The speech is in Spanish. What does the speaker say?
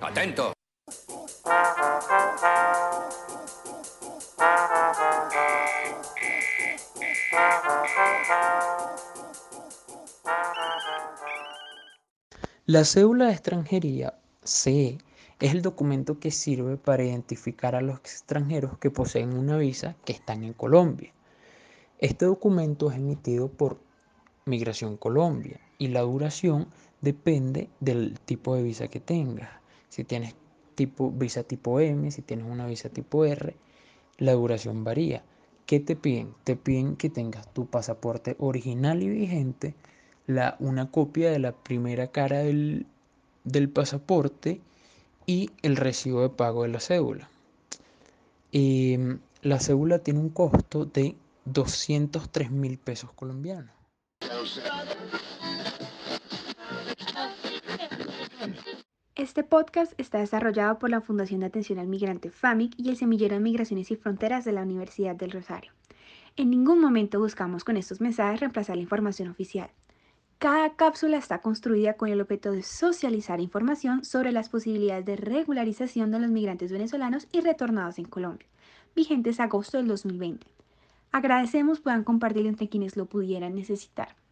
Atento. La cédula de extranjería, CE, es el documento que sirve para identificar a los extranjeros que poseen una visa que están en Colombia. Este documento es emitido por Migración Colombia y la duración depende del tipo de visa que tengas. Si tienes visa tipo M, si tienes una visa tipo R, la duración varía. ¿Qué te piden? Te piden que tengas tu pasaporte original y vigente, una copia de la primera cara del pasaporte y el recibo de pago de la cédula. La cédula tiene un costo de 203.000 pesos colombianos. Este podcast está desarrollado por la Fundación de Atención al Migrante FAMIC y el Semillero de Migraciones y Fronteras de la Universidad del Rosario. En ningún momento buscamos con estos mensajes reemplazar la información oficial. Cada cápsula está construida con el objeto de socializar información sobre las posibilidades de regularización de los migrantes venezolanos y retornados en Colombia, vigentes a agosto del 2020. Agradecemos puedan compartirlo entre quienes lo pudieran necesitar.